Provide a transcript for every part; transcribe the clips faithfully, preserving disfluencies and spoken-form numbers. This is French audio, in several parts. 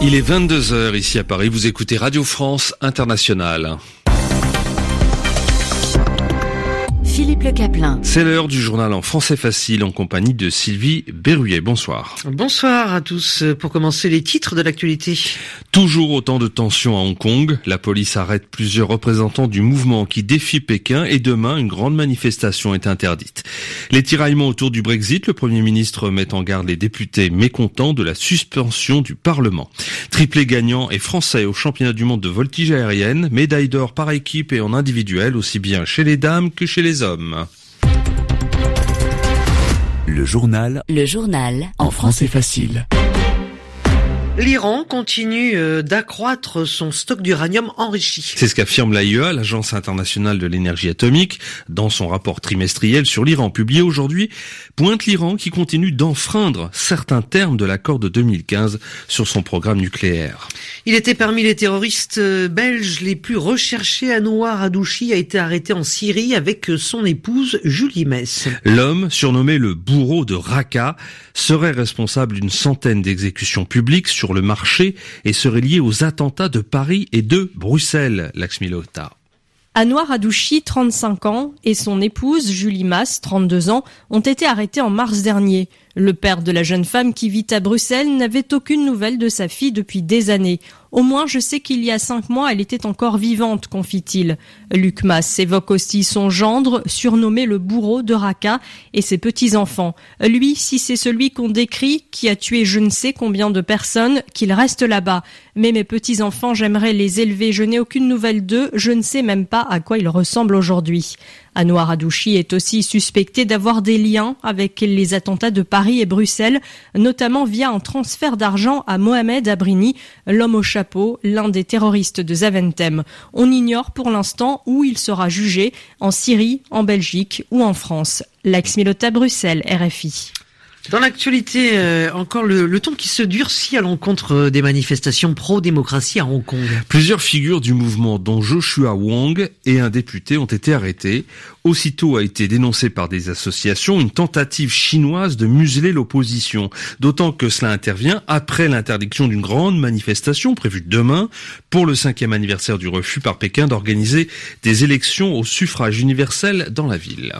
Il est vingt-deux heures ici à Paris, vous écoutez Radio France Internationale. Philippe Le Caplin. C'est l'heure du journal en français facile en compagnie de Sylvie Berruet. Bonsoir. Bonsoir à tous. Pour commencer, les titres de l'actualité. Toujours autant de tensions à Hong Kong. La police arrête plusieurs représentants du mouvement qui défie Pékin et demain, une grande manifestation est interdite. Les tiraillements autour du Brexit, le Premier ministre met en garde les députés mécontents de la suspension du Parlement. Triplé gagnant et français au championnat du monde de voltige aérienne, médaille d'or par équipe et en individuel, aussi bien chez les dames que chez les hommes. Le journal. Le journal. En français facile. L'Iran continue d'accroître son stock d'uranium enrichi. C'est ce qu'affirme l'A I E A, l'Agence internationale de l'énergie atomique, dans son rapport trimestriel sur l'Iran publié aujourd'hui, pointe l'Iran qui continue d'enfreindre certains termes de l'accord de deux mille quinze sur son programme nucléaire. Il était parmi les terroristes belges les plus recherchés. Anouar Hadouchi a été arrêté en Syrie avec son épouse Julie Mess. L'homme, surnommé le bourreau de Raqqa, serait responsable d'une centaine d'exécutions publiques sur le marché et serait lié aux attentats de Paris et de Bruxelles, Lakshmi Lohta. Anouar Hadouchi, trente-cinq ans, et son épouse, Julie Mess, trente-deux ans, ont été arrêtés en mars dernier. Le père de la jeune femme qui vit à Bruxelles n'avait aucune nouvelle de sa fille depuis des années. Au moins, je sais qu'il y a cinq mois, elle était encore vivante, confie-t-il. Luc Mess évoque aussi son gendre, surnommé le bourreau de Raqqa, et ses petits-enfants. Lui, si c'est celui qu'on décrit, qui a tué je ne sais combien de personnes, qu'il reste là-bas. Mais mes petits-enfants, j'aimerais les élever. Je n'ai aucune nouvelle d'eux, je ne sais même pas à quoi ils ressemblent aujourd'hui. Anouar Hadouchi est aussi suspecté d'avoir des liens avec les attentats de Paris et Bruxelles, notamment via un transfert d'argent à Mohamed Abrini, l'homme au chapeau, l'un des terroristes de Zaventem. On ignore pour l'instant où il sera jugé, en Syrie, en Belgique ou en France. Lakshmi Lohta, Bruxelles, R F I. Dans l'actualité, euh, encore le, le ton qui se durcit à l'encontre des manifestations pro-démocratie à Hong Kong. Plusieurs figures du mouvement, dont Joshua Wong et un député, ont été arrêtés. Aussitôt a été dénoncée par des associations une tentative chinoise de museler l'opposition. D'autant que cela intervient après l'interdiction d'une grande manifestation prévue demain pour le cinquième anniversaire du refus par Pékin d'organiser des élections au suffrage universel dans la ville.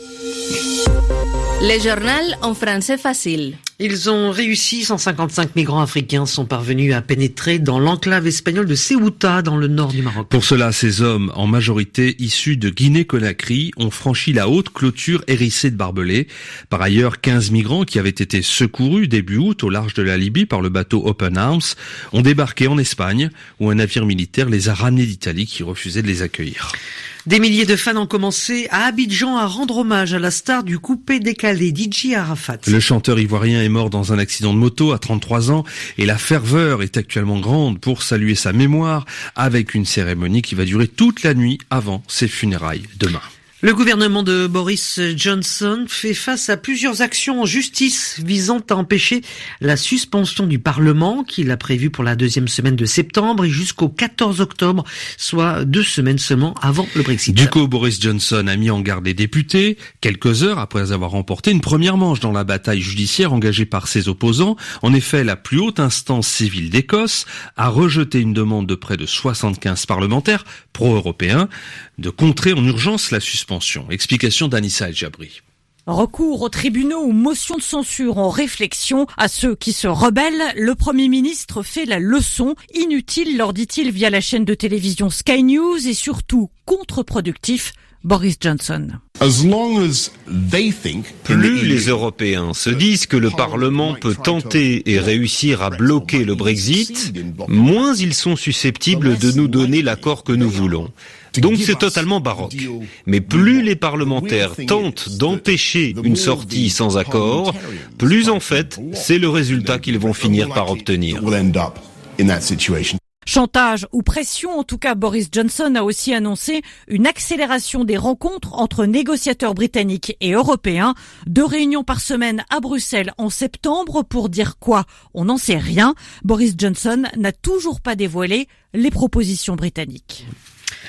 Le journal en français facile. Ils ont réussi, cent cinquante-cinq migrants africains sont parvenus à pénétrer dans l'enclave espagnole de Ceuta, dans le nord du Maroc. Pour cela, ces hommes, en majorité issus de Guinée-Conakry, ont franchi la haute clôture hérissée de barbelés. Par ailleurs, quinze migrants qui avaient été secourus début août au large de la Libye par le bateau Open Arms ont débarqué en Espagne, où un navire militaire les a ramenés d'Italie qui refusait de les accueillir. Des milliers de fans ont commencé à Abidjan à rendre hommage à la star du coupé-décalé, D J Arafat. Le chanteur ivoirien est mort dans un accident de moto à trente-trois ans et la ferveur est actuellement grande pour saluer sa mémoire avec une cérémonie qui va durer toute la nuit avant ses funérailles demain. Le gouvernement de Boris Johnson fait face à plusieurs actions en justice visant à empêcher la suspension du Parlement qu'il a prévue pour la deuxième semaine de septembre et jusqu'au quatorze octobre, soit deux semaines seulement avant le Brexit. Du coup, Boris Johnson a mis en garde les députés quelques heures après avoir remporté une première manche dans la bataille judiciaire engagée par ses opposants. En effet, la plus haute instance civile d'Écosse a rejeté une demande de près de soixante-quinze parlementaires pro-européens de contrer en urgence la suspension. Explication d'Anissa El-Jabri. Recours aux tribunaux ou motion de censure en réflexion. À ceux qui se rebellent, le Premier ministre fait la leçon. Inutile, leur dit-il via la chaîne de télévision Sky News et surtout contre-productif. Boris Johnson. Plus les Européens se disent que le Parlement peut tenter et réussir à bloquer le Brexit, moins ils sont susceptibles de nous donner l'accord que nous voulons. Donc c'est totalement baroque. Mais plus les parlementaires tentent d'empêcher une sortie sans accord, plus en fait, c'est le résultat qu'ils vont finir par obtenir. Chantage ou pression, en tout cas Boris Johnson a aussi annoncé une accélération des rencontres entre négociateurs britanniques et européens. Deux réunions par semaine à Bruxelles en septembre pour dire quoi? On n'en sait rien. Boris Johnson n'a toujours pas dévoilé les propositions britanniques.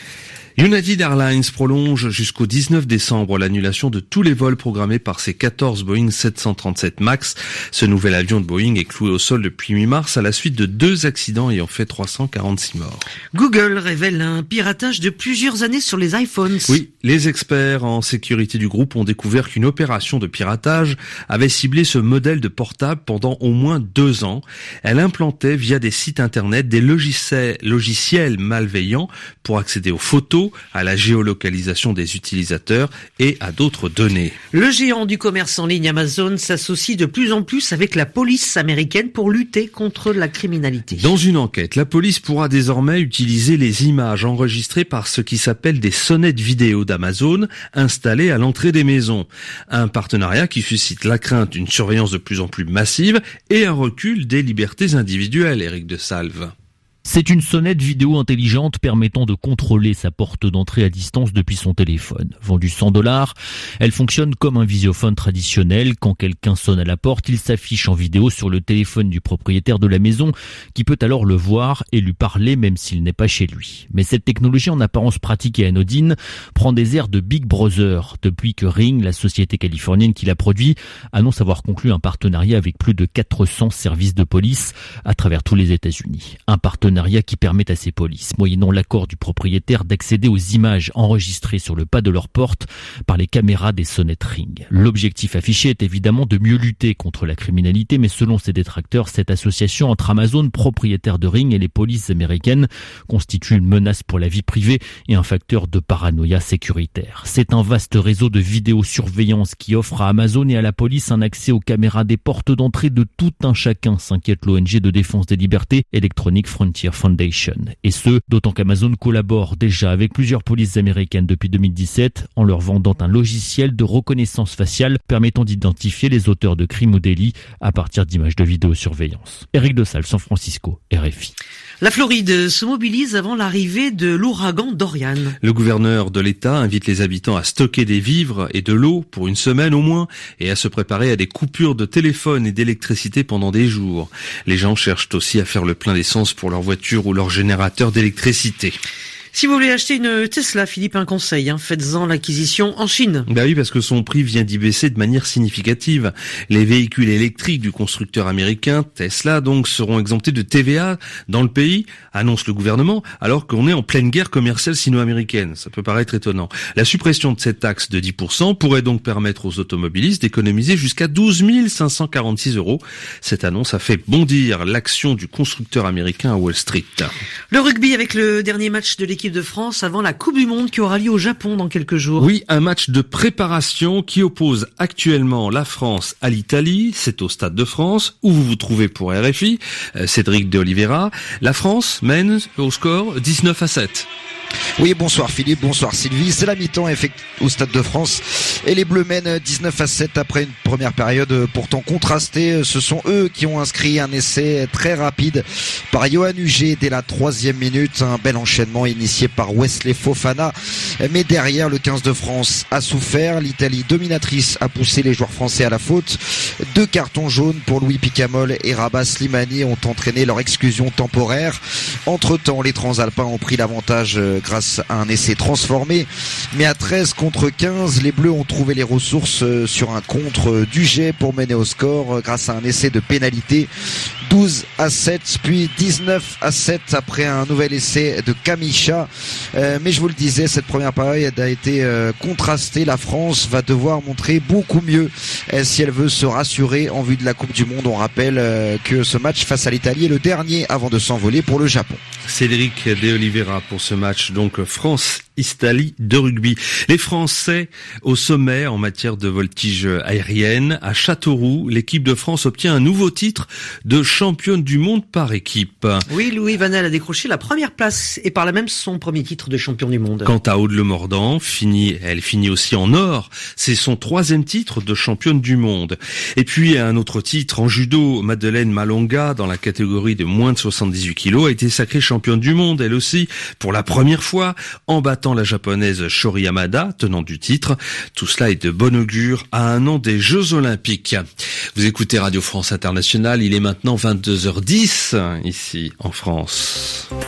United Airlines prolonge jusqu'au dix-neuf décembre l'annulation de tous les vols programmés par ses quatorze Boeing sept cent trente-sept MAX. Ce nouvel avion de Boeing est cloué au sol depuis mi-mars à la suite de deux accidents ayant fait trois cent quarante-six morts. Google révèle un piratage de plusieurs années sur les iPhones. Oui, les experts en sécurité du groupe ont découvert qu'une opération de piratage avait ciblé ce modèle de portable pendant au moins deux ans. Elle implantait via des sites internet des logiciels, logiciels malveillants pour accéder aux photos, à la géolocalisation des utilisateurs et à d'autres données. Le géant du commerce en ligne Amazon s'associe de plus en plus avec la police américaine pour lutter contre la criminalité. Dans une enquête, la police pourra désormais utiliser les images enregistrées par ce qui s'appelle des sonnettes vidéo d'Amazon installées à l'entrée des maisons. Un partenariat qui suscite la crainte d'une surveillance de plus en plus massive et un recul des libertés individuelles, Éric de Salve. C'est une sonnette vidéo intelligente permettant de contrôler sa porte d'entrée à distance depuis son téléphone. Vendue cent dollars, elle fonctionne comme un visiophone traditionnel. Quand quelqu'un sonne à la porte, il s'affiche en vidéo sur le téléphone du propriétaire de la maison qui peut alors le voir et lui parler même s'il n'est pas chez lui. Mais cette technologie en apparence pratique et anodine prend des airs de Big Brother depuis que Ring, la société californienne qui l'a produit, annonce avoir conclu un partenariat avec plus de quatre cents services de police à travers tous les États-Unis. Un partenariat qui permet à ces polices, moyennant l'accord du propriétaire, d'accéder aux images enregistrées sur le pas de leur porte par les caméras des sonnettes Ring. L'objectif affiché est évidemment de mieux lutter contre la criminalité, mais selon ses détracteurs, cette association entre Amazon, propriétaire de Ring, et les polices américaines constitue une menace pour la vie privée et un facteur de paranoïa sécuritaire. C'est un vaste réseau de vidéosurveillance qui offre à Amazon et à la police un accès aux caméras des portes d'entrée de tout un chacun, s'inquiète l'O N G de défense des libertés Electronic Frontier Foundation. Et ce, d'autant qu'Amazon collabore déjà avec plusieurs polices américaines depuis deux mille dix-sept en leur vendant un logiciel de reconnaissance faciale permettant d'identifier les auteurs de crimes ou délits à partir d'images de vidéosurveillance. Éric de Salve, San Francisco, R F I. La Floride se mobilise avant l'arrivée de l'ouragan Dorian. Le gouverneur de l'État invite les habitants à stocker des vivres et de l'eau pour une semaine au moins et à se préparer à des coupures de téléphone et d'électricité pendant des jours. Les gens cherchent aussi à faire le plein d'essence pour leur voiture ou leur générateur d'électricité. Si vous voulez acheter une Tesla, Philippe, un conseil, hein, faites-en l'acquisition en Chine. Bah oui, parce que son prix vient d'y baisser de manière significative. Les véhicules électriques du constructeur américain Tesla donc seront exemptés de T V A dans le pays, annonce le gouvernement, alors qu'on est en pleine guerre commerciale sino-américaine. Ça peut paraître étonnant. La suppression de cette taxe de dix pour cent pourrait donc permettre aux automobilistes d'économiser jusqu'à douze mille cinq cent quarante-six euros. Cette annonce a fait bondir l'action du constructeur américain à Wall Street. Le rugby avec le dernier match de l'équipe de France avant la Coupe du Monde qui aura lieu au Japon dans quelques jours. Oui, un match de préparation qui oppose actuellement la France à l'Italie. C'est au Stade de France où vous vous trouvez pour R F I. Euh, Cédric de Oliveira. La France mène au score dix-neuf à sept. Oui, bonsoir Philippe, bonsoir Sylvie. C'est la mi-temps au Stade de France et les Bleus mènent dix-neuf à sept après une première période pourtant contrastée. Ce sont eux qui ont inscrit un essai très rapide par Yoann Huget dès la troisième minute. Un bel enchaînement initié par Wesley Fofana. Mais derrière, le quinze de France a souffert. L'Italie dominatrice a poussé les joueurs français à la faute. Deux cartons jaunes pour Louis Picamol et Rabat Slimani ont entraîné leur exclusion temporaire. Entre-temps, les Transalpins ont pris l'avantage grâce à un essai transformé. Mais à treize contre quinze, les Bleus ont trouvé les ressources sur un contre d'Huget pour mener au score grâce à un essai de pénalité. douze à sept, puis dix-neuf à sept après un nouvel essai de Kamisha. Euh, mais je vous le disais, cette première période a été euh, contrastée. La France va devoir montrer beaucoup mieux euh, si elle veut se rassurer en vue de la Coupe du Monde. On rappelle euh, que ce match face à l'Italie est le dernier avant de s'envoler pour le Japon. Cédric de Oliveira pour ce match, donc France-Italie de rugby. Les Français au sommet en matière de voltige aérienne. À Châteauroux, l'équipe de France obtient un nouveau titre de championne du monde par équipe. Oui, Louis Vanel a décroché la première place et par là même son premier titre de champion du monde. Quant à Aude-le-Mordant, finit, elle finit aussi en or. C'est son troisième titre de championne du monde. Et puis un autre titre en judo, Madeleine Malonga, dans la catégorie de moins de soixante-dix-huit kilos, a été sacrée championne du monde, elle aussi, pour la première fois, en battant la japonaise Shori Yamada, tenant du titre. Tout cela est de bon augure à un an des Jeux Olympiques. Vous écoutez Radio France Internationale, il est maintenant vingt-deux heures dix ici en France.